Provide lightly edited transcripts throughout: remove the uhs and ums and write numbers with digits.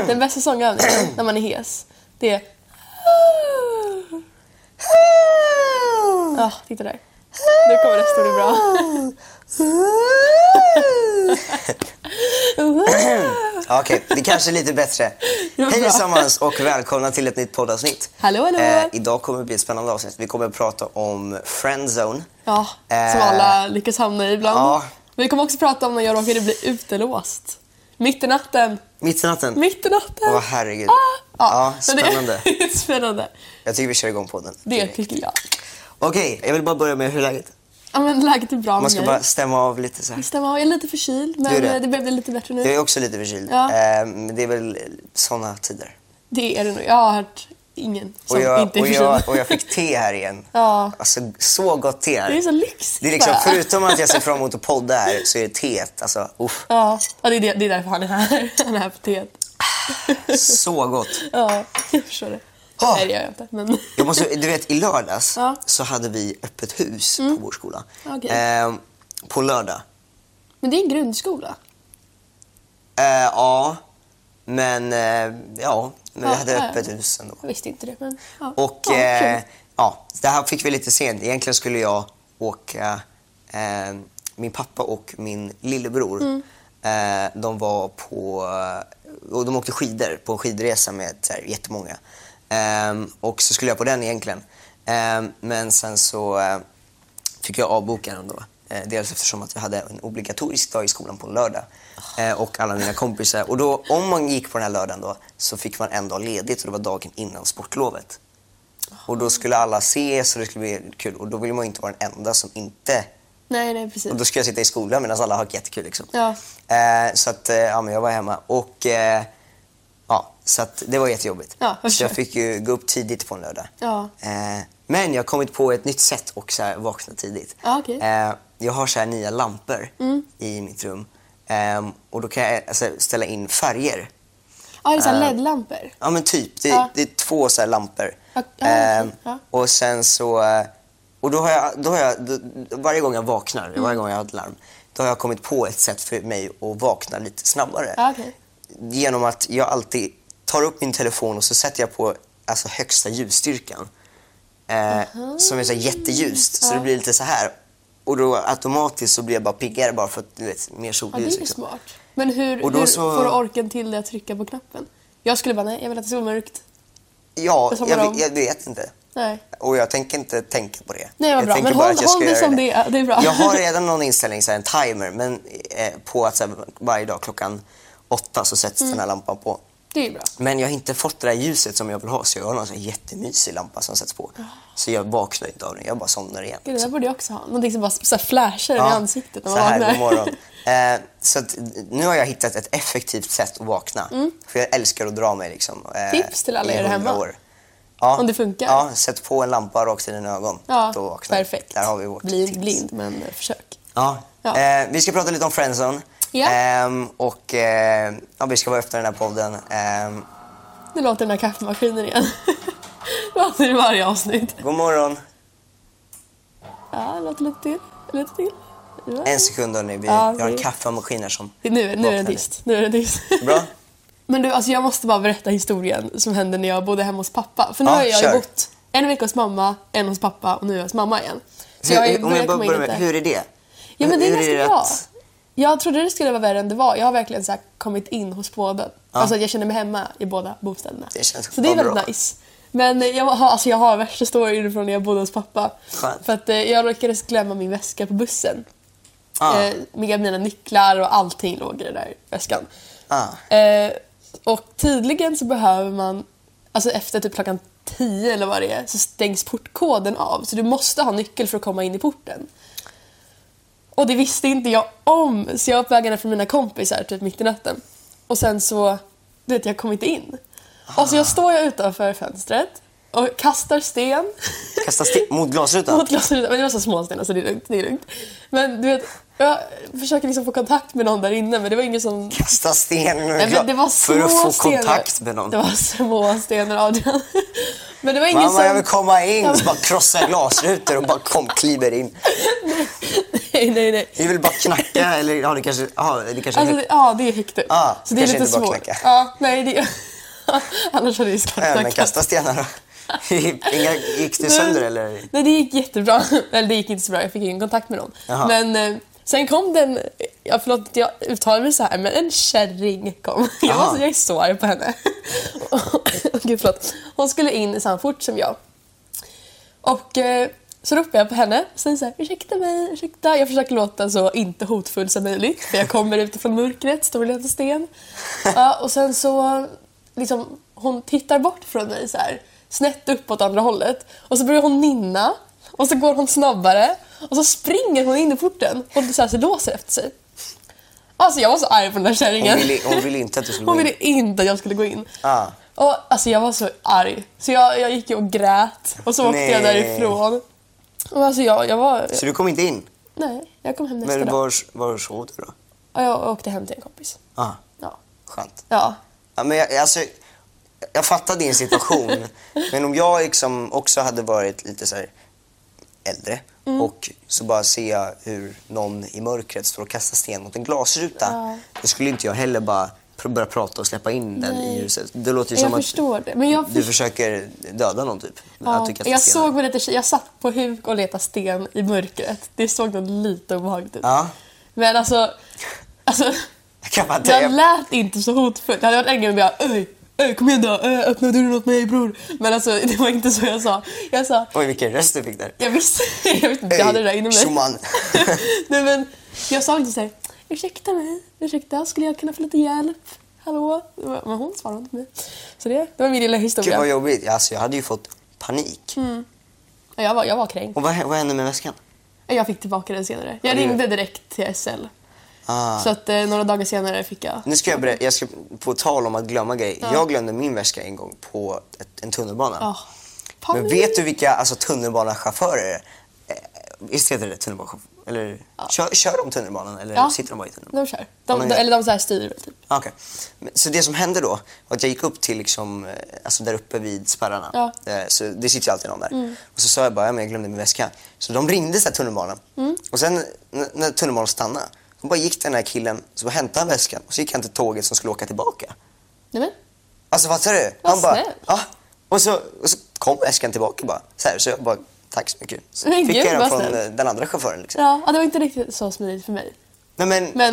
Den bästa sångövningen när man är hes, det är... Ja, titta där. Nu kommer det stå det bra. Okej, det kanske är lite bättre. Hej allesammans och välkomna till ett nytt poddavsnitt. Hallå. Idag kommer det bli ett spännande avsnitt. Vi kommer att prata om friendzone. Ja, som alla lyckas hamna i ibland. Ja. Men vi kommer också prata om när jag råkade bli utelåst. Mitt i natten. Åh, herregud. Ja, spännande. Det är spännande. Jag tycker vi kör igång podden. Det tycker jag. Okej, jag vill bara börja med hur läget. Ja, men läget är bra. Man ska bara stämma av lite så här. Jag är lite förkyld, men det blev lite bättre nu. Jag är också lite förkyld. Ja. Men det är väl såna tider. Det är det nog. Jag har hört ingen som inte är förkyld. Och jag fick te här igen. Ja. Alltså, så gott te här. Det är så lyxigt. Det är liksom, förutom att jag ser fram emot att podda här, så är det teet. Alltså, uff. Ja, det är därför han är här. Han är här på teet. Så gott. Ja, jag förstår det. Nej, det gör jag inte. Men... Du vet, i lördags så hade vi öppet hus på vår skola. Okay. På lördag. Men det är en grundskola. Ja, men vi hade öppet hus ändå. Jag visste inte det. Men, Och det här fick vi lite sent. Egentligen skulle jag åka, min pappa och min lillebror. De var och de åkte skidor på en skidresa med så här, jättemånga. Och så skulle jag på den egentligen. Men sen så fick jag avboka den då. Dels eftersom att vi hade en obligatorisk dag i skolan på en lördag. Och alla mina kompisar. Och då, om man gick på den här lördagen då, så fick man en dag ledigt. Och det var dagen innan sportlovet. Och då skulle alla se, så det skulle bli kul. Och då vill man ju inte vara den enda som inte... Nej, precis. Och då skulle jag sitta i skolan medan alla har jättekul liksom. Ja. Så att, men jag var hemma. Och... så att det var jättejobbigt. Ja, så jag fick ju gå upp tidigt på en lördag. Ja. Men jag har kommit på ett nytt sätt och så här vakna tidigt. Okay. Jag har så här nya lampor i mitt rum. Och då kan jag ställa in färger. Ja, det är så här LED-lampor. Ja, men typ. Det är 2 så här lampor. Och sen så... Och då har jag varje gång jag vaknar, varje gång jag har ett larm, då har jag kommit på ett sätt för mig att vakna lite snabbare. Okay. Genom att jag alltid tar upp min telefon och så sätter jag på högsta ljusstyrkan. Som är så jätteljust. Så det blir lite så här. Och då automatiskt så blir jag bara piggare bara för att du vet, mer solljus. Ja, det är liksom. smart. Men hur får du orken till det att trycka på knappen? Jag skulle bara, nej, jag vill att det ska vara mörkt. Ja, jag vet inte. Nej. Och jag tänker inte tänka på det. Nej, vad bra. Men håll det som det är bra. Jag har redan någon inställning, så här, en timer. Men på att så här, varje dag klockan 8 så sätts den här lampan på. Det är bra. Men jag har inte fått det där ljuset som jag vill ha. Så jag har någon sån här jättemysig lampa som sätts på. Så jag vaknar inte av den, jag bara somnar igen. Gud, det borde jag också ha. Någonting som bara så här flashar i ansiktet när man så här, vaknar. god morgon. Så att, nu har jag hittat ett effektivt sätt att vakna. För jag älskar att dra mig liksom. Tips till alla er hemma. År. Ja, om det funkar. Ja, sätt på en lampa rakt i dina ögon. Ja, då vaknar. Perfekt. Där har vi vårt tips. Blind, men försök. Ja. Vi ska prata lite om friendzone. Ja. Och vi ska vara efter den här podden. Nu låter den här kaffemaskinen igen. Det låter i varje avsnitt. God morgon. Ja, låter lite till. Ja. En sekund hörni, jag har en kaffemaskin här som... Nu är den tyst. Bra. Men du, jag måste bara berätta historien som hände när jag bodde hemma hos pappa. För nu har jag bott en vecka hos mamma, en hos pappa och nu är jag hos mamma igen. Så hur är det? Ja, men det är ganska bra. Jag trodde det skulle vara värre än det var. Jag har verkligen så här, kommit in hos båda. Alltså jag känner mig hemma i båda bostäderna. Det känns så det är väldigt nice. Men jag har värsta storyn från när jag bodde hos pappa. Skönt. För att jag lyckades glömma min väska på bussen. Med mina nycklar och allting låg i den där väskan. Och tydligen så behöver man, alltså efter typ klockan 10 eller vad det är, så stängs portkoden av. Så du måste ha nyckel för att komma in i porten. Och det visste inte jag om. Så jag uppvägade från mina kompisar typ mitt i natten. Och sen så, du vet, jag kom inte in. Och så jag står utanför fönstret och kastar sten. Kastar sten mot glasrutan? Mot glasrutan, men det var så små stenar så det är lugnt. Men du vet, jag försöker liksom få kontakt med någon där inne, men det var ingen som... Kasta sten det var för att få kontakt med någon. Det var små stenar, Adrian. Men det var ingen jag vill komma in, så bara krossa glasrutor och bara kliver in. nej. Vi vill bara knacka eller ja, det kanske alltså, ja, det är högt upp. Så det är lite svårt. Ja, nej, det annars hade det skrattat. Men kasta stenar då. Gick det sönder eller? Nej, det gick jättebra. Eller det gick inte så bra, jag fick ingen kontakt med någon. Jaha. Men sen kom den, förlåt jag uttalar mig så här, men en kärring kom. Jag är så arg på henne. Gud, förlåt. Hon skulle in samma fort som jag. Och så ropade jag på henne. Sen så här, ursäkta mig, ursäkta. Jag försöker låta så inte hotfull som möjligt. För jag kommer utifrån mörkret, står och letar sten. Och sen så, liksom, hon tittar bort från mig så här. Snett upp åt andra hållet. Och så börjar hon nynna. Och så går hon snabbare. Och så springer hon in i porten. Och så låser efter sig. Alltså jag var så arg på den där kärringen. Hon ville inte att du skulle gå in. Hon ville inte att jag skulle gå in. Och alltså jag var så arg. Så jag gick ju och grät. Och så åkte jag därifrån. Och alltså jag var... Så du kom inte in? Nej, jag kom hem nästa dag. Men var sov du då? Och jag åkte hem till en kompis. Ja. Skönt. Ja. Men jag fattar din situation. Men om jag liksom också hade varit lite så här äldre och så bara se hur någon i mörkret står och kastar sten mot en glasruta. Då skulle inte jag heller bara börja prata och släppa in den i huset. Det låter ju som att det. Men du försöker döda någon typ. Jag satt på huk och letade sten i mörkret. Det såg nog lite obehagligt ut. Ja. Men alltså jag lät inte så hotfullt. Det hade varit en gång jag kom igen då, öppna dörren åt mig bror. Men alltså det var inte så jag sa. Oj, vilken röst du fick där. Jag visste inte, jag hade det där inne mig. Schumann. Nej men jag sa inte så här, ursäkta, skulle jag kunna få lite hjälp? Hallå? Men hon svarade inte mig. Så det var min lilla historia. Gud vad jobbigt, alltså jag hade ju fått panik. Jag var kränkt. Och vad hände med väskan? Jag fick tillbaka den senare. Jag ringde direkt till SL. Så att några dagar senare fick jag... Nu ska jag ska på tal om att glömma grejer. Jag glömde min väska en gång på en tunnelbana. Men vet du vilka tunnelbanachaufförer? Visst heter det tunnelbanachaufförer? Eller kör de tunnelbanan eller sitter de bara i tunnelbanan? De kör. Eller de så här styr typ. Okej. Så det som hände då var att jag gick upp till liksom, alltså där uppe vid spärrarna. Så det sitter ju alltid någon där. Och så sa jag bara, men jag glömde min väska. Så de ringde så här tunnelbanan. Och sen när tunnelbanan stannade, så bara gick den här killen, så bara hämtade han väskan. Och så gick han till tåget som skulle åka tillbaka. Nej men. Alltså fattar du? Han bara, och så kom väskan tillbaka bara. Så jag bara, tack så mycket. Så fick jag den från den andra chauffören liksom. Ja, det var inte riktigt så smidigt för mig. Men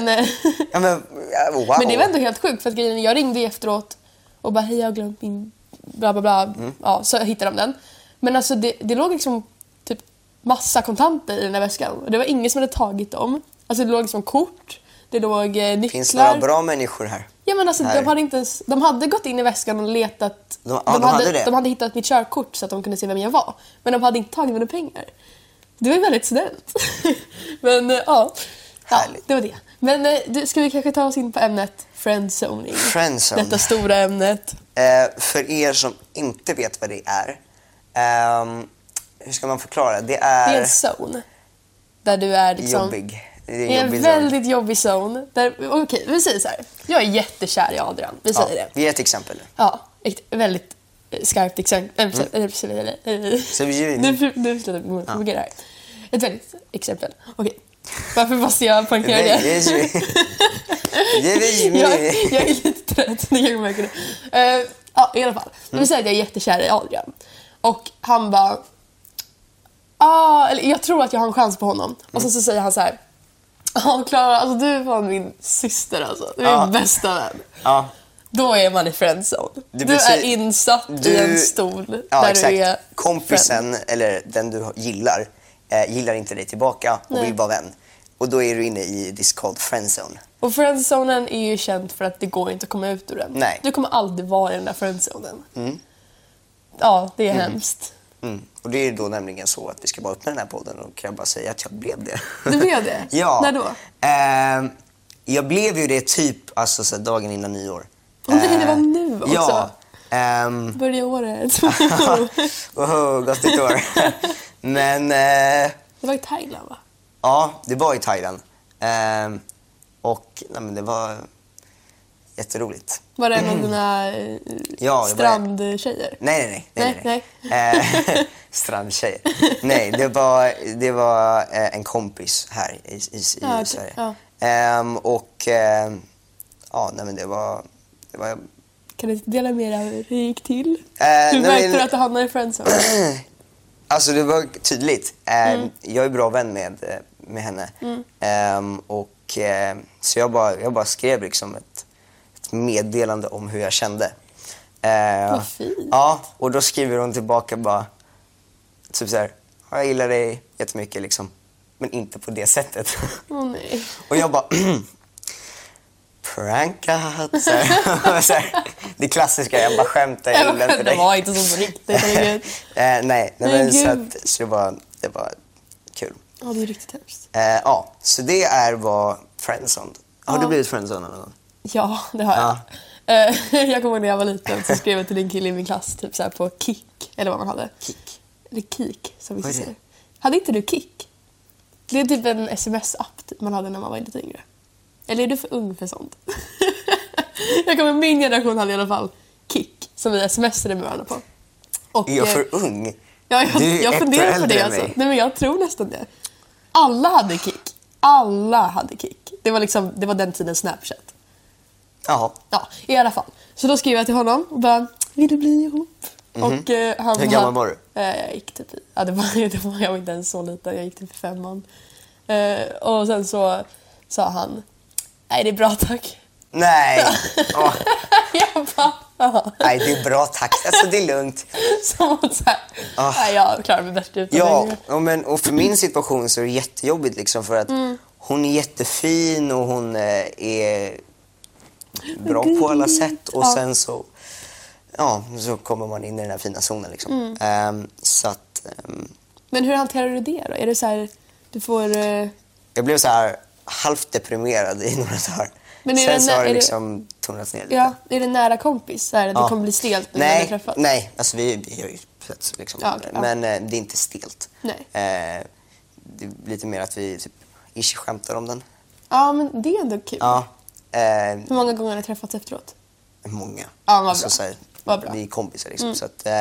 wow. Men det var ändå helt sjukt för att jag ringde efteråt och bara, hej jag har glömt min bla bla bla. Ja, så hittade de den. Men alltså det låg liksom typ massa kontanter i den här väskan. Och det var ingen som hade tagit dem. Alltså det låg liksom kort, det låg nycklar. Finns några bra människor här? Ja men alltså de hade gått in i väskan och letat. De hade hittat mitt körkort så att de kunde se vem jag var. Men de hade inte tagit mina pengar. Det var ju väldigt student. Men det var det. Men ska vi kanske ta oss in på ämnet friendzoning? Friendzone. Detta stora ämnet. För er som inte vet vad det är. Hur ska man förklara? Det är en zone. Där du är liksom... Jobbig. Det är en väldigt jobbig zone. Okej, vi säger så här. Jag är jättekär i Adrian. Vi säger det. Vi ger ett exempel. Ja, ett väldigt skarpt exempel. Nu slutar det här. Ett väldigt exempel. Okej. Varför måste jag poängtera det? Jag är lite trött. I alla fall. Vi säger att jag är jättekär i Adrian. Och han bara... eller jag tror att jag har en chans på honom. Och så säger han så här... Klara, alltså du var min syster alltså. Du är min bästa vän. Då är man i friendzone. Du är insatt i en stol där exakt. du är kompisen eller den du gillar inte dig tillbaka och vill vara vän. Och då är du inne i this called friendzone. Och friendzonen är ju känd för att det går inte att komma ut ur den. Nej. Du kommer aldrig vara i den där friendzonen. Ja, det är hemskt. Och det är då nämligen så att vi ska bara öppna den här podden och kan jag bara säga att jag blev det. Du blev det? Ja. När då? Jag blev ju det typ alltså, så dagen innan nyår. Det var nu också? Ja. Börja året. Gott nytt år. Men... det var i Thailand va? Ja, det var i Thailand. Och nej, men det var... jätteroligt. Var det en av dina strandtjejer? Nej. Strandtjejer. Nej, det var en kompis här i Sverige. Ja. Men det var... Kan du dela med dig hur det gick till? Hur märkte du att du hamnade i friendzone? Alltså det var tydligt. Jag är bra vän med henne. Så jag bara skrev liksom ett meddelande om hur jag kände. Vad fint. Ja, och då skriver hon tillbaka bara typ så här: jag gillar dig jättemycket liksom, men inte på det sättet. Nej. Och jag bara prankat så här. Det klassiska, jag bara skämtar, jag gillar inte dig. Det var inte så på riktigt. Nej, men så det var kul. Ja, det är riktigt hemskt. Så det vad friendzone. Har du blivit friendzone någon gång? Ja, det har jag. Jag kommer ihåg när jag var liten så skrev jag till en kille i min klass typ så här på Kik, eller vad man hade. Kik? Eller Kik, som vi säger. Hade inte du Kik? Det är typ en sms-app typ man hade när man var lite yngre. Eller är du för ung för sånt? Min generation hade i alla fall Kik, som vi smsade med varandra på. Och, är jag för ung? Ja, jag funderar på det alltså. Nej, men jag tror nästan det. Alla hade Kik. Det var den tiden Snapchat. Jaha. Ja, i alla fall. Så då skrev jag till honom och bara, vill du bli ihop? Och han... Hur gammal var du? Jag gick typ jag var inte ens så liten. Jag gick typ 5:an. Och sen så sa han, nej det är bra tack. Nej. Jag bara, nej det är bra tack. Alltså det är lugnt. Så här, nej, jag klarar mig bäst utan och för min situation så är det jättejobbigt liksom, för att hon är jättefin och hon är bra på alla sätt, och sen så kommer man in i den här fina zonen liksom. Men hur hanterar du det då? Är det så här, du får... Jag blev så här halvt deprimerad i några dagar. Men sen så har det liksom tonats ner lite. Ja, är det nära kompis? Så här, det kommer bli stelt när vi träffas? Nej, alltså vi har ju setts liksom. Men det är inte stelt. Nej. Det är lite mer att vi typ ish skämtar om den. Ja, men det är ändå kul. Ja. Hur många gånger har ni träffats efteråt? Många. Ja, vad bra. Vad bra. Vi är kompisar liksom. Så att,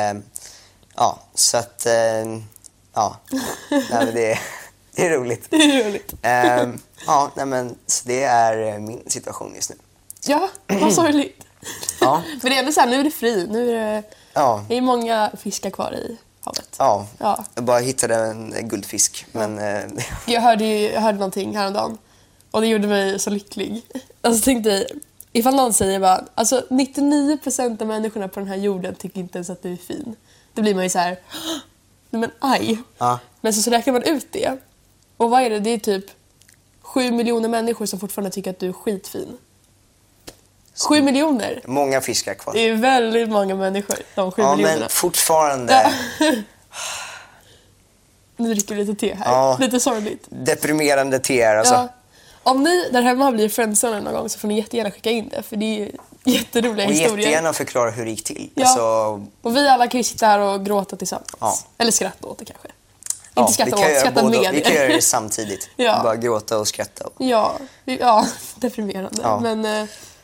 nej, men det är roligt. Det är roligt. Så det är min situation just nu. Ja, vad sorgligt. Ja. Men det är ändå så här, nu är det fri. Nu är det är många fiskar kvar i havet. Ja. Jag bara hittade en guldfisk. Men, jag hörde någonting häromdagen. Och det gjorde mig så lycklig. Alltså tänk dig, ifall någon säger bara, alltså 99% av människorna på den här jorden tycker inte ens att du är fin. Då blir man ju så här, nej men aj. Ja. Men så räknar man ut det. Och vad är det? Det är typ 7 miljoner människor som fortfarande tycker att du är skitfin. 7 miljoner. Många fiskar kvar. Det är väldigt många människor, de 7 miljonerna. Men fortfarande... Nu dricker vi lite te här. Lite sorgligt. Deprimerande te här alltså. Ja. Om ni där hemma blir friendzone någon gång så får ni jättegärna skicka in det. För det är jätteroliga historier. Och jättegärna förklara hur det gick till. Ja. Alltså... Och vi alla kan ju sitta här och gråta tillsammans. Ja. Eller skratta åt det kanske. Inte skratta åt, skratta med. Vi kan göra det samtidigt. Bara gråta och skratta. Ja, deprimerande. Ja. Men, det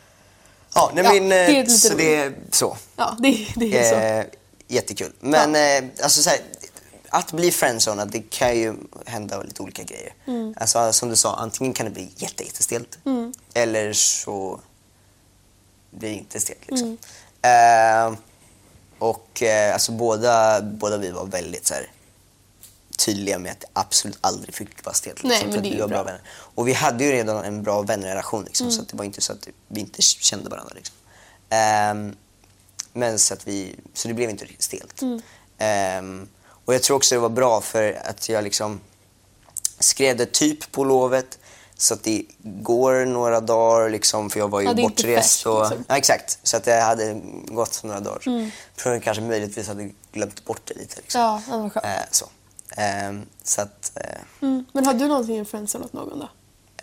är så det är så. Ja, det är så. Jättekul. Men alltså så här, att bli friendzone, det kan ju hända lite olika grejer. Alltså som du sa, antingen kan det bli jättestelt eller så blir det inte stelt liksom. Alltså båda vi var väldigt så här tydliga med att det absolut aldrig fick vara stelt. Nej, men det är bra vänner. Och vi hade ju redan en bra vänrelation liksom, så att det var inte så att vi inte kände varandra liksom. Men så det blev inte riktigt stelt. Och jag tror också det var bra för att jag liksom skrev det typ på lovet, så att det går några dagar liksom, för jag var ju bortrest och liksom. Ja, exakt, så att det hade gått några dagar. Tror jag kanske möjligtvis hade glömt bort det lite liksom. Ja, det var skönt. Så att men har du någonting i friendzone åt någon då?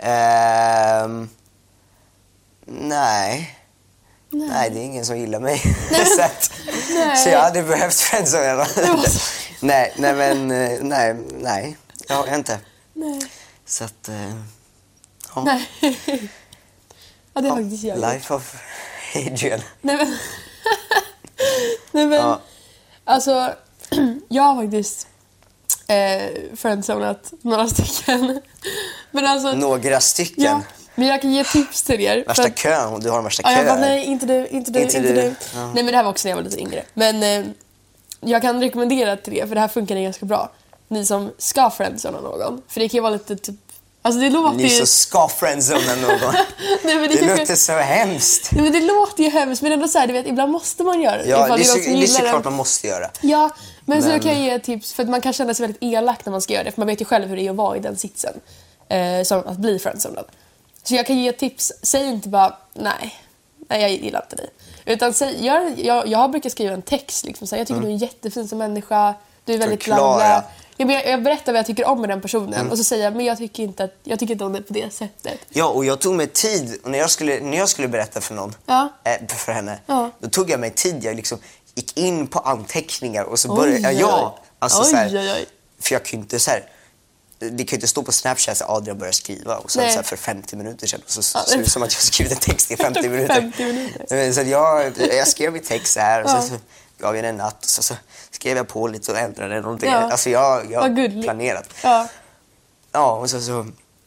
Nej, det är ingen som gillar mig. Så jag hade behövt friendzone. Nej, jag har inte. Nej. Så att Nej. Ja, det är faktiskt jag. Life of Adrian. Nej men alltså jag har faktiskt friendzonat några stycken. Men alltså, några stycken? Ja, men jag kan ge tips till er. Värsta kön, du har den värsta kön. Jag bara, nej, inte du. Ja. Nej, men det här var också när jag var lite yngre. Men jag kan rekommendera till det, för det här funkar ganska bra. Ni som ska friendzona någon. För det kan ju vara lite typ... Alltså det låter Ni som ska friendzona någon. Nej, men det låter så hemskt. Nej, men det låter ju hemskt, men ändå så här, du vet, ibland måste man göra det. Ja, det är såklart man måste göra. Ja, men så kan jag ge tips, för att man kan känna sig väldigt elak när man ska göra det. För man vet ju själv hur det är att vara i den sitsen. Som att bli friendzonad. Så jag kan ge tips. Säg inte bara, nej jag gillar inte dig. Utan säg, jag brukar skriva en text liksom, så jag tycker du är en jättefin som människa. Du är väldigt bla. Jag berättar vad jag tycker om med den personen. Och så säger jag, men jag tycker inte om det på det sättet. Ja, och jag tog mig tid. Och när jag skulle berätta för någon, för henne, då tog jag mig tid. Jag liksom gick in på anteckningar och så började alltså så här, för jag kunde inte så här. Det kan ju inte stå på Snapchat att Adrian börjar skriva och sen så här för 50 minuter sedan så ser det som att jag skrivit en text i 50 minuter. 50 minuter. Så att jag skrev min text så här och sen så gav jag den en natt och så skrev jag på lite och ändrade någonting. Alltså jag planerat. Ja, och så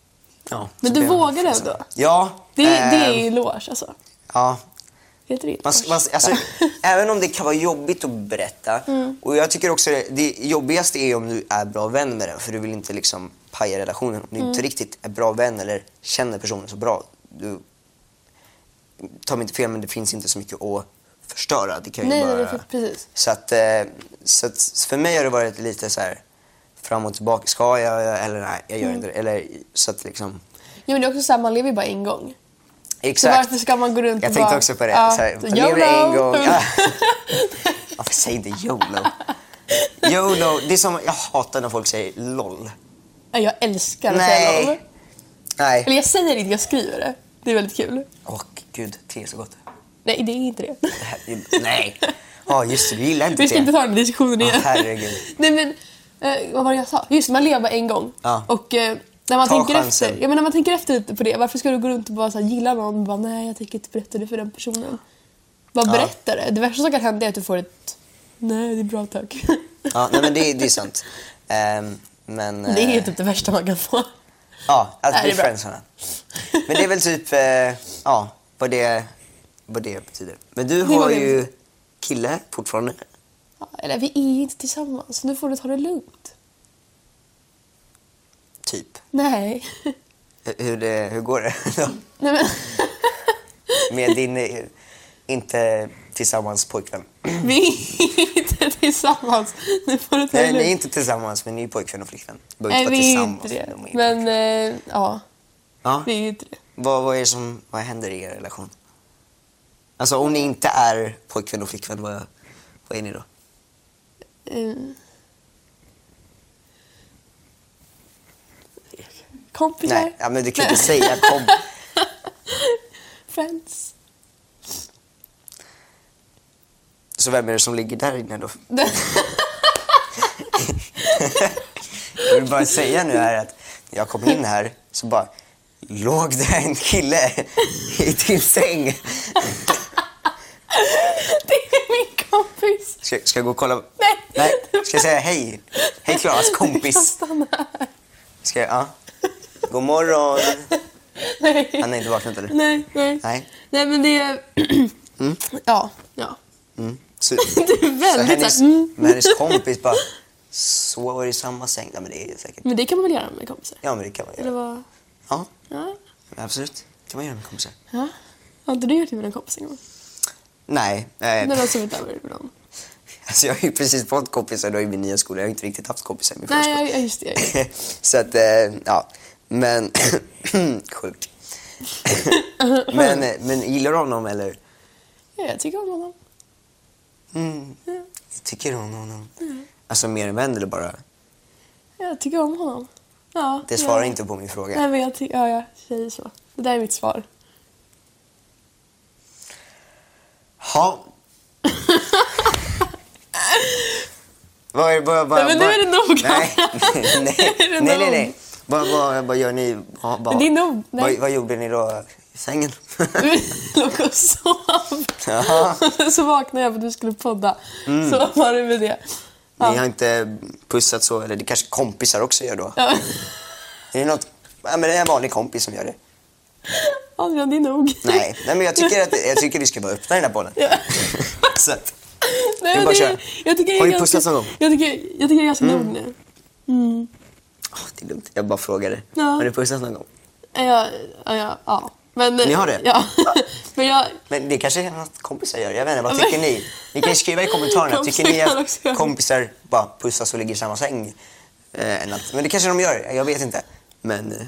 men du vågade ändå? Ja. Det är ju eloge alltså. Ja. Alltså, även om det kan vara jobbigt att berätta. Och jag tycker också det jobbigaste är om du är bra vän med den. För du vill inte liksom paja relationen. Om du inte riktigt är bra vän eller känner personen så bra. Du tar mig inte fel, men det finns inte så mycket att förstöra. Det kan ju bara... precis. Så att för mig har det varit lite så här fram och tillbaka. Ska jag eller nej, jag gör inte det. Eller så att liksom... Ja, men det är också så här, man lever ju bara en gång. Exakt. Så varför ska man gå runt jag och tänkte bara... också på det. Ja, lever en gång. Varför säger inte YOLO? YOLO, det är som... Jag hatar när folk säger LOL. Jag älskar att säga LOL. Nej. Eller jag säger inte, jag skriver det. Det är väldigt kul. Gud, det är så gott. Nej, det är inte det. Nej. Just det, du gillar inte det. Vi ska inte ta den diskussionen igen. Herregud. Nej, men... vad var det jag sa? Just man lever bara en gång. Och... när man tänker efter lite på det, varför ska du gå runt och bara så här, gilla någon och bara, nej jag tänker inte berätta det för den personen. Bara berätta det. Det värsta som kan hända är att du får ett, nej det är bra tack. Ja, nej, men det är sant. Men, det är typ det värsta man kan få. Ja, att bli friendzonad. Men det är väl typ, vad det betyder. Men du har ju kille fortfarande. Ja, eller vi är ju inte tillsammans, så nu får du ta det lugnt. Typ. Nej. Hur går det då? Nej, men... Med din inte tillsammans pojkvän. Vi är inte tillsammans. Nu får du ta Nej, ni är inte tillsammans med ny pojkvän och flickvän. Nej, vi är inte det. Men ja, vi är inte det. Vad händer i er relation? Alltså om ni inte är pojkvän och flickvän, vad är ni då? Kompisar. Nej, men du kan inte säga Friends. Så vem är det som ligger där inne då? Jag vill bara säga nu här att när jag kom in här så bara låg det en kille i din säng. Det är min kompis. Ska jag gå och kolla? Nej. Ska jag säga hej? Hej Klaras kompis. Ska jag, God morgon. Nej. Han är inte vaknat eller? Nej, men det är... Ja. Så, det är väldigt men hennes kompis bara sover i samma säng. Ja, men det är säkert. Men det kan man väl göra med kompisar? Ja, men det kan man göra. Eller vad? Ja. Absolut. Det kan man göra med kompisar. Ja. Har inte du gjort det med en kompis en gång? Nej. När du har sovit över med någon? Alltså jag har ju precis fått kompisar då i min nya skola. Jag har inte riktigt haft kompisar i min förskola. Nej, just det. Så att, men sjukt. men gillar du honom eller? Ja, jag tycker om honom. Tycker du om honom? Alltså mer än vän eller bara? Jag tycker om honom. Ja. Det svarar inte på min fråga. Nej, men jag säger så. Det där är mitt svar. Ja. Men nu är det nog. Nej. Vad gör ni? Men det är nog. Vad gjorde ni då I sängen. Låg och sov. Ja. Så vaknade jag för att du skulle podda. Så var det med det. Ja. Ni har inte pussat så, eller det kanske kompisar också gör då. Ja. Är det något... Ja, men det är en vanlig kompis som gör det. Ja, det är nog. Nej, men jag tycker vi ska bara öppna den här bollen. Ja. Så att, Nej, bara köra. Har ni pussat någon gång? Jag tycker det är ganska lugnt nu. Det är lugnt, jag bara frågade. Ja. Har ni pussat någon gång? Ja. Men, Ni har det? Ja. Men det kanske är något kompisar gör. Jag vet inte, vad tycker ni? Ni kan ju skriva i kommentarerna. Tycker ni att kompisar bara pussas och ligger i samma säng? Men det kanske de gör, jag vet inte. Men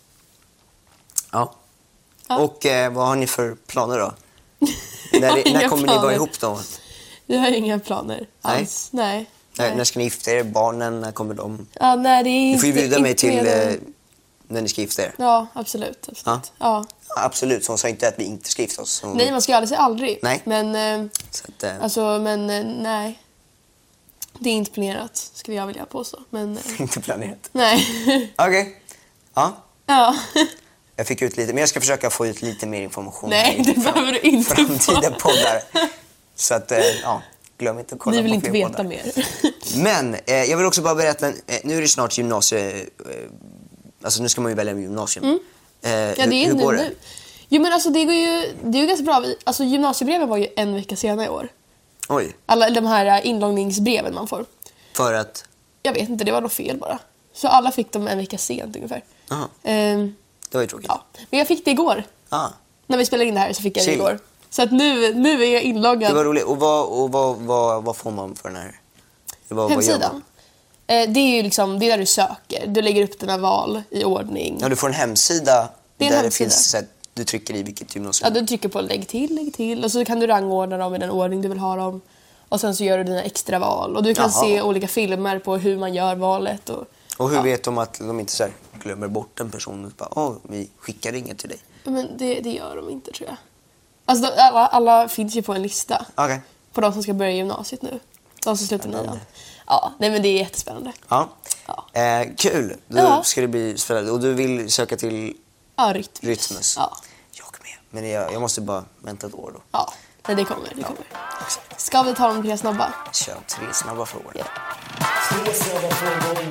ja. Och vad har ni för planer då? När kommer ni vara ihop då? Vi har inga planer alls. Nej. När ska ni gifta er? Barnen, när kommer de? Ja, nej, det är inte, ni får ju bjuda mig inte till när ni ska gifta er. Ja, absolut. Ja. Absolut, så hon sa inte att vi inte ska gifta oss. Nej, man ska ju aldrig säga aldrig. Nej. Men, så att, nej. Det är inte planerat, skulle jag vilja påstå. Men, inte planerat. Nej. Okej. Ja. Jag fick ut lite, men jag ska försöka få ut lite mer information. Nej, det behöver du inte. Framtida poddar. Så att, glöm inte att kolla på. Vi vill inte veta poddar. mer. Men jag vill också bara berätta, nu är det snart gymnasie, alltså nu ska man ju välja gymnasium. Hur går det? Jo, men alltså det är ju ganska bra. Alltså gymnasiebreven var ju en vecka senare i år. Oj. Alla de här inloggningsbreven man får. För att? Jag vet inte, det var nog fel bara. Så alla fick dem en vecka sent ungefär. Aha. Det var ju tråkigt. Ja. Men jag fick det igår. När vi spelade in det här så fick jag det igår. Så att nu är jag inloggad. Det var roligt. Och vad får man för den här? Hemsidan? Det är ju liksom, det är där du söker. Du lägger upp dina val i ordning. Ja, du får en hemsida det det finns så att du trycker i vilket gymnasium. Ja, du trycker på lägg till. Och så kan du rangordna dem i den ordning du vill ha dem. Och sen så gör du dina extra val. Och du kan se olika filmer på hur man gör valet. Och hur vet de att de inte så här glömmer bort en person? Bara, vi skickar inget till dig. Men det gör de inte, tror jag. Alltså alla finns ju på en lista. Okay. På de som ska börja gymnasiet nu. De som slutar 9. Ja, nej, men det är jättespännande. Ja. Kul. Då ska det bli spännande. Och du vill söka till Rytmus. Ja. Jag med. Men jag måste bara vänta ett år då. Ja, nej, det kommer. Ska vi ta de 3 snabba? Kör 3 snabba frågor. Ja. 3 snabba frågor.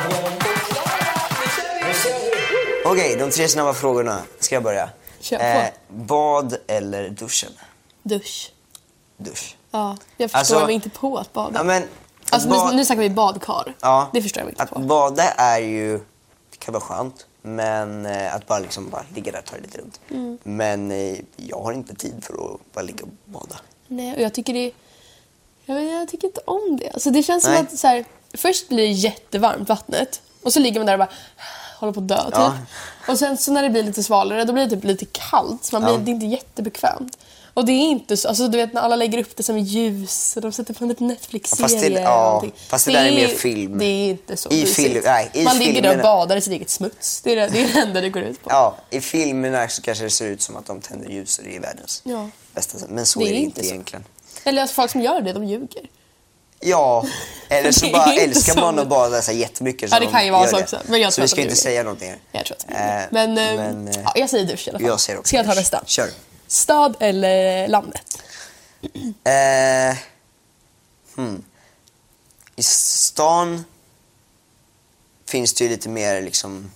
Okej, de 3 snabba frågorna. Ska jag börja? Kör på. Bad eller duschen? Dusch. Ja, jag förstår mig inte på att bada. Ja, men, alltså, nu snackar vi badkar. Ja, det förstår jag mig inte på. Att bada är ju, det kan vara skönt. Men att bara ligga där och ta det lite runt. Men jag har inte tid för att bara ligga och bada. Nej, och jag tycker jag tycker inte om det. Alltså, det känns som att så här, först blir det jättevarmt vattnet. Och så ligger man där och bara håller på att dö typ. Och sen så när det blir lite svalare, då blir det typ lite kallt. Så det är inte jättebekvämt. Och det är inte så, alltså du vet när alla lägger upp det som ljus och de sätter på en liten Netflix-serie. Fast det där är mer film. Det är inte så Man ligger där och badar i sitt eget smuts. Det är det enda det går ut på. Ja, i filmerna så kanske det ser ut som att de tänder ljus och det är världens bästa. Men så är det inte egentligen. Eller alltså, folk som gör det, de ljuger. Ja, eller så bara älskar man att bada så jättemycket. Ja, det kan ju vara så också. Men så vi ska inte säga någonting här. Jag tror att men jag säger dusch i alla fall. Jag säger också. Ska jag ta nästa? Kör. Stad eller landet? I stan finns det ju lite mer liksom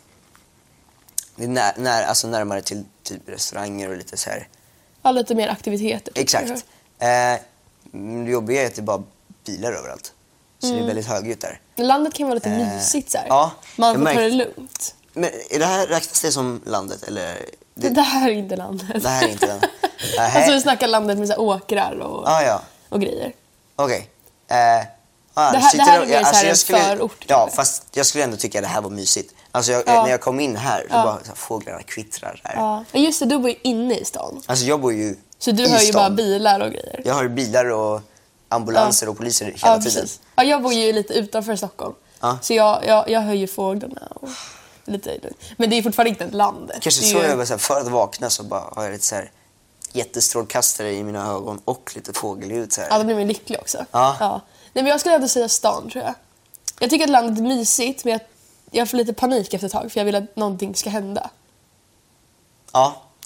alltså närmare till typ restauranger och lite så här. Ja, lite mer aktiviteter. Exakt. Det jobbiga är att det är bara bilar överallt. Så det är väldigt högljutt där. Landet kan vara lite mysigt så här. Ja, man får ta det lugnt. Men räknas det som landet eller? Det här är inte landet. Det här är inte landet. Alltså vi snackar landet med så här åkrar och grejer. Okej. Det här är mer så här en förort. Ja, fast jag skulle ändå tycka att det här var mysigt. Alltså när jag kom in här så bara så här, fåglarna kvittrar här. Ja, just det, du bor ju inne i stan. Alltså jag bor ju så du hör ju bara bilar och grejer. Jag hör bilar och ambulanser och poliser hela tiden. Precis. Ja, jag bor ju lite utanför Stockholm. Så jag hör ju fåglarna och lite. Men det är fortfarande inte ett land. Kanske så jag var så här, för att vakna så bara har jag lite så här jättestrålkastare i mina ögon och lite fågelljud så här. Ja, då blir man lycklig också. Ja. Nej, men jag skulle ändå säga stan, tror jag. Jag tycker att landet är mysigt, men jag får lite panik efter ett tag för jag vill att någonting ska hända. Ja,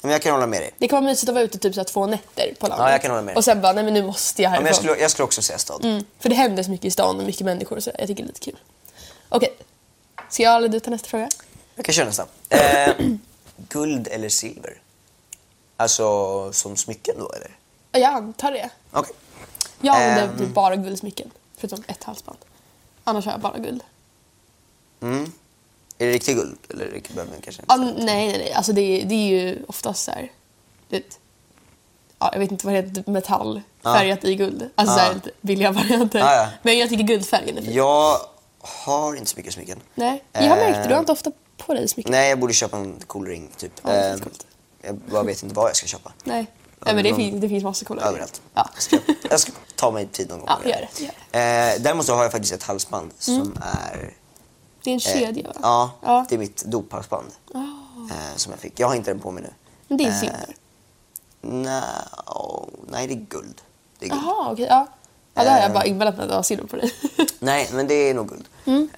Men jag kan hålla med dig. Det kan vara mysigt att vara ute typ så här 2 nätter på landet. Ja, jag kan hålla med dig. Och sen bara, nej men nu måste jag härifrån. Men jag skulle också säga stad. För det händer så mycket i stan och mycket människor och så. Jag tycker det är lite kul. Okej. Ska jag eller du ta nästa fråga? Jag kan köra nästa. Guld eller silver? Alltså som smycken då, eller? Ja, jag antar det. Okej. Jag använder typ bara guldsmycken. Förutom ett halsband. Annars har jag bara guld. Är det riktigt guld? Eller behöver man kanske Nej. Alltså det är ju oftast så här... Vet, jag vet inte vad det heter. Metall. Färgat i guld. Alltså så här lite billiga varianter. Ja. Men jag tycker guldfärgen är fin. Jag har inte så mycket smycken. Nej, jag har märkt det. Du har inte ofta på dig smycken. Nej, jag borde köpa en cool ring typ. Ja, det är coolt. Jag bara vet inte vad jag ska köpa. Nej, men det finns massa coola Överallt. Ja. Jag ska ta mig tid någon gång. Ja, gör det. Däremot så har jag faktiskt ett halsband som är... Det är en kedja, va? Ja, det är mitt dophalsband. Som jag fick. Jag har inte den på mig nu. Men det är silver? Nej, det är guld. Det är guld. Jaha, okej. Ja, det har jag bara inbillat mig att det var silver på dig. Nej, men det är nog guld.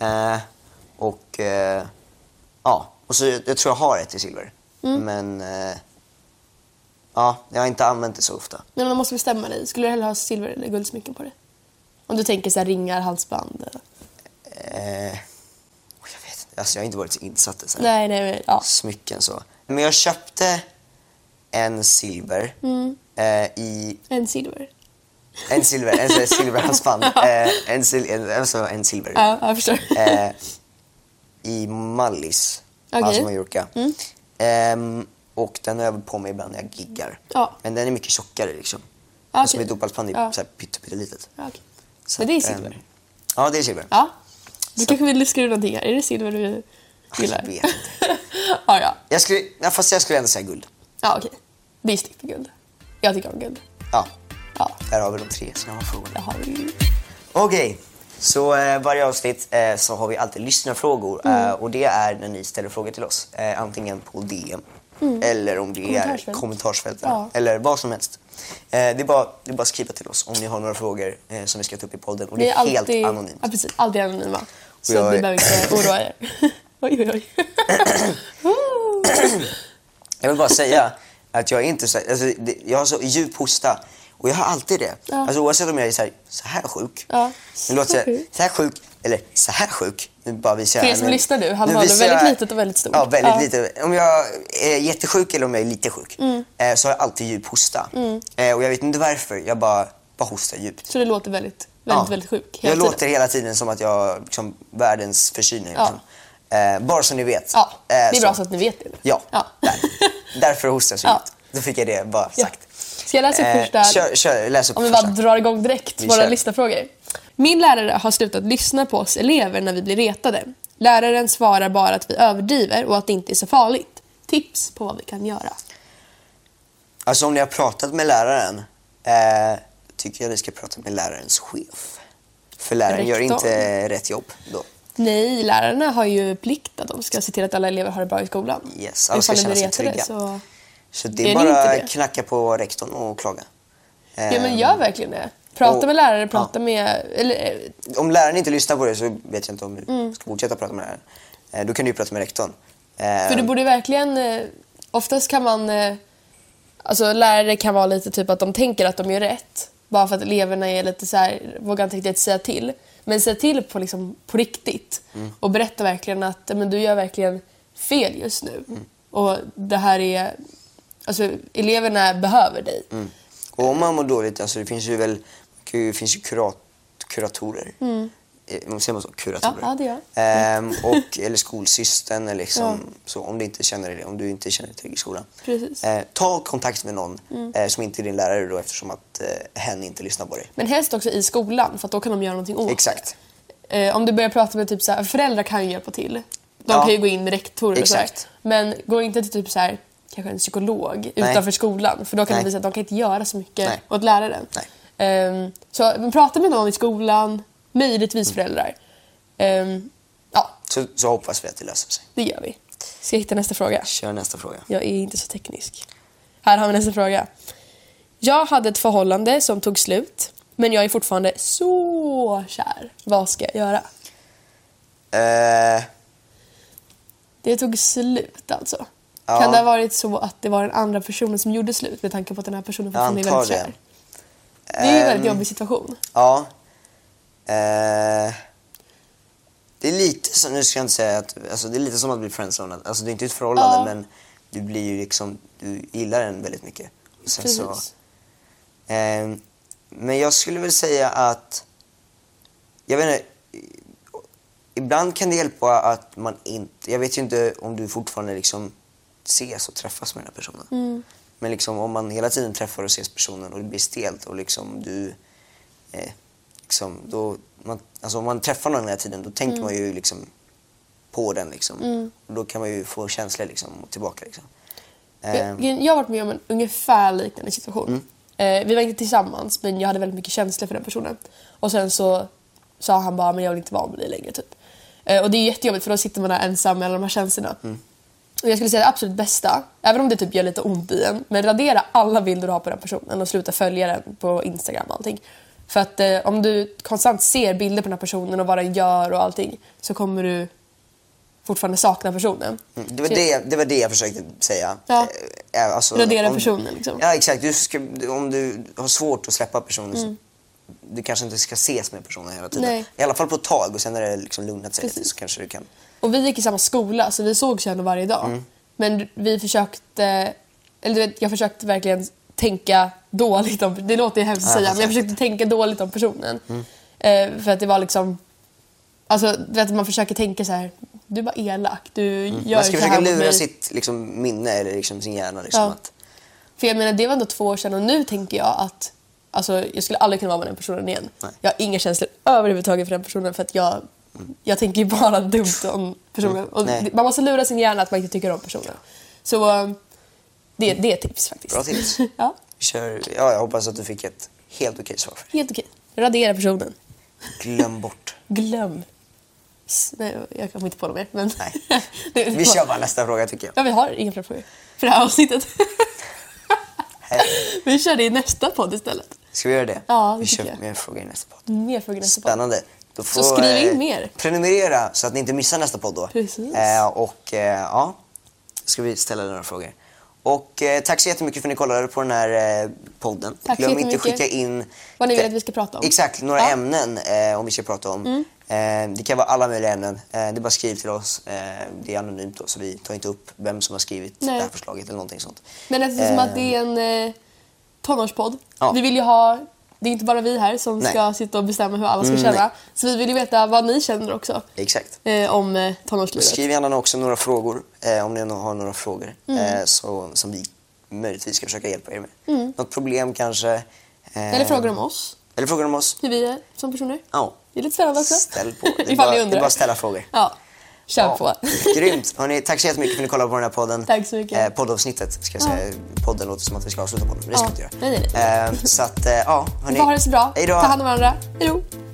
Och så jag tror jag har ett i silver. Men jag har inte använt det så ofta. Men man måste bestämma dig. Skulle du hellre ha silver eller guldsmycken på dig? Om du tänker så här ringar, halsband. Jag vet inte. Alltså jag har inte varit så insatt i så här. Nej, ja. Smycken så. Men jag köpte en silver i... En silver? En silverhalsband. En silver. Ja, jag förstår. I Mallis. Okay. Alltså Mallorca. Och den har jag på mig ibland när jag giggar. Ja. Men den är mycket tjockare liksom. Okay. Alltså mitt dophalsband är så här pyttelitet. Ja, okay. Men det är silver? Ja, det är silver. Ja. Du kanske vill skriva någonting här. Är det silver du gillar? Jag vet inte. Ja. Fast jag skulle ändå säga guld. Ja, okej. Det är snyggt med guld. Jag tycker om guld. Ja. Där har vi de 3 som jag har frågor. Det har vi. Okej. Så varje avsnitt så har vi alltid lyssnarfrågor. Och det är när ni ställer frågor till oss. Antingen på DM. Eller om det är kommentarsfält. Eller vad som helst. Det är bara att skriva till oss om ni har några frågor som vi ska ta upp i podden. Och det är helt anonymt. Ja, precis. Alltid anonyma. Så ni behöver inte oroa er. Oj. Jag vill bara säga att jag är inte så... Alltså, jag har så djup hosta. Och jag har alltid det. Ja. Alltså oavsett om jag är så här sjuk. Ja. Så här sjuk. Eller så här sjuk. Nu bara visar jag. För er som lyssnar nu, han har det väldigt litet och väldigt stort. Ja, väldigt litet. Om jag är jättesjuk eller om jag är lite sjuk. Så har jag alltid djup hosta. Och jag vet inte varför. Jag bara hostar djupt. Så det låter väldigt sjuk. Jag låter hela tiden som att jag liksom världens förkylning. Liksom. Bara så ni vet. Ja, det är bra så att ni vet det. Ja. Därför hostar jag så djupt. Då fick jag det bara sagt. Ska jag läsa upp första? Läs upp om vi bara drar igång direkt våra lyssnarfrågor. Min lärare har slutat lyssna på oss elever när vi blir retade. Läraren svarar bara att vi överdriver och att det inte är så farligt. Tips på vad vi kan göra. Alltså om ni har pratat med läraren tycker jag att ni ska prata med lärarens chef. För läraren gör inte rätt jobb då. Nej, lärarna har ju plikt att de ska se till att alla elever har det bra i skolan. Yes, alla ska känna sig trygga. Så det är bara att knacka på rektorn och klaga. Ja, men gör verkligen det. Prata med lärare, prata med... Eller... Om läraren inte lyssnar på det så vet jag inte om du ska fortsätta prata med läraren. Då kan du ju prata med rektorn. För du borde verkligen... Oftast kan man... Alltså lärare kan vara lite typ att de tänker att de gör rätt. Bara för att eleverna är lite så här... Vågar inte riktigt säga till. Men säga till på riktigt. Och berätta verkligen att men du gör verkligen fel just nu. Och det här är... Alltså eleverna behöver dig. Och om man mår dåligt, alltså det finns ju kuratorer. Säger man så? Kuratorer. Ja, det gör. Eller skolsystern eller liksom, så, om du inte känner det, om du inte känner dig trygg i skolan. Precis. Ta kontakt med någon som inte är din lärare då, eftersom att hen inte lyssnar på dig. Men helst också i skolan, för att då kan de göra någonting åt Exakt. Om du börjar prata med typ så här, föräldrar kan ju hjälpa till. De kan ju gå in med rektorer och så här. Men gå inte till typ så här, kanske en psykolog utanför skolan. För då kan det visa att de kan inte göra så mycket åt läraren. Så prata med någon i skolan, möjligtvis föräldrar. Så hoppas vi att det löser sig. Det gör vi. Ska jag hitta nästa fråga? Kör nästa fråga. Jag är inte så teknisk. Här har vi nästa fråga. Jag hade ett förhållande som tog slut. Men jag är fortfarande så kär. Vad ska jag göra? Det Det tog slut alltså. Ja. Kan det ha varit så att det var den andra personen som gjorde slut med tanke på att den här personen fortfarande är väldigt kär? Det är ju en väldigt jobbig situation. Ja. Det är lite som, nu ska jag inte säga att, alltså det är lite som att bli friendzonad. Alltså det är inte ett förhållande, men du blir ju liksom, du gillar den väldigt mycket. Sen så, men jag skulle väl säga att, jag vet inte, ibland kan det hjälpa att man inte, jag vet ju inte om du fortfarande liksom ses och träffas med den här personen. Men liksom om man hela tiden träffar och ses personen och det blir stelt och liksom du liksom, då man, alltså om man träffar någon hela tiden, då tänker man ju liksom på den liksom. Och då kan man ju få känslor liksom tillbaka liksom. Jag har varit med om en ungefär liknande situation. Vi var inte tillsammans, men jag hade väldigt mycket känslor för den personen. Och sen så sa han bara, men jag vill inte vara med dig längre typ. Och det är jättejobbigt, för då sitter man där ensam med alla de här känslorna. Och jag skulle säga det absolut bästa, även om det typ gör lite ont i en, men radera alla bilder du har på den personen och sluta följa den på Instagram och allting. För att om du konstant ser bilder på den här personen och vad den gör och allting, så kommer du fortfarande sakna personen. Det var det jag försökte säga. Ja. Alltså, radera personen liksom. Ja, exakt. Om du har svårt att släppa personen så du kanske inte ska ses med personen hela tiden. Nej. I alla fall på ett tag, och sen när det liksom lugnat sig lite, så kanske du kan. Och vi gick i samma skola, så vi såg känner varje dag. Men vi försökte, eller du vet, jag försökte verkligen tänka dåligt om, det låter ju hemskt att säga, men jag försökte tänka dåligt om personen. För att det var liksom, alltså du vet, man försöker tänka så här, du var elak, du gör man ska så här försöka mot lura mig. sitt liksom minne eller liksom sin hjärna liksom, att För jag menar, det var ändå 2 år sedan, och nu tänker jag att alltså, jag skulle aldrig kunna vara med den personen igen. Nej. Jag har inga känslor överhuvudtaget för den personen, för att jag tänker ju bara dumt om personen. Och man måste lura sin hjärna att man inte tycker om personen. Så det är ett tips faktiskt. bra tips. Ja. Jag hoppas att du fick ett helt okej svar. Helt okej. Radera personen. Glöm bort. Glöm. Nej, jag kommer inte på det mer. Men Nej. Vi kör bara nästa fråga tycker jag. Ja, vi har inga fler frågor för det här avsnittet. Vi kör det i nästa podd istället. Ska vi göra det? Ja, vi kör jag. mer frågor i nästa podd. Mer frågor i nästa podd. Spännande. Då får, så skriv in mer. Prenumerera så att ni inte missar nästa podd då. Precis. Ja, ska vi ställa några frågor. Och tack så jättemycket för att ni kollade på den här podden. Tack Glöm så inte skicka in vad ni vill att vi ska prata om. Exakt, några ämnen om vi ska prata om. Det kan vara alla möjliga ämnen. Det är bara skriv till oss. Det är anonymt då, så vi tar inte upp vem som har skrivit det här förslaget eller någonting sånt. Men eftersom att det är en tonårspodd. Ja. Vi vill ju ha, det är inte bara vi här som ska sitta och bestämma hur alla ska känna. Nej. Så vi vill ju veta vad ni känner också. Exakt. Om tonårslivet. Skriv gärna också några frågor om ni har några frågor som vi möjligtvis ska försöka hjälpa er med. Något problem kanske. Eller frågor om oss. Eller frågor om oss. Hur vi är som personer. Ja. Det är lite spännande också. Ställ på. Det Ifall ni är undrar. bara att ställa frågor. Ja, kör på. Grymt. Hörrni, tack så jättemycket för att ni kollade på den här podden. Tack så mycket. Poddavsnittet ska jag säga. Podden låter som att vi ska avsluta podden, men det ska vi inte göra. Nej. Så att, ja. Hörni. Vi får ha det så bra. Hej då. Ta hand om varandra. Hej då.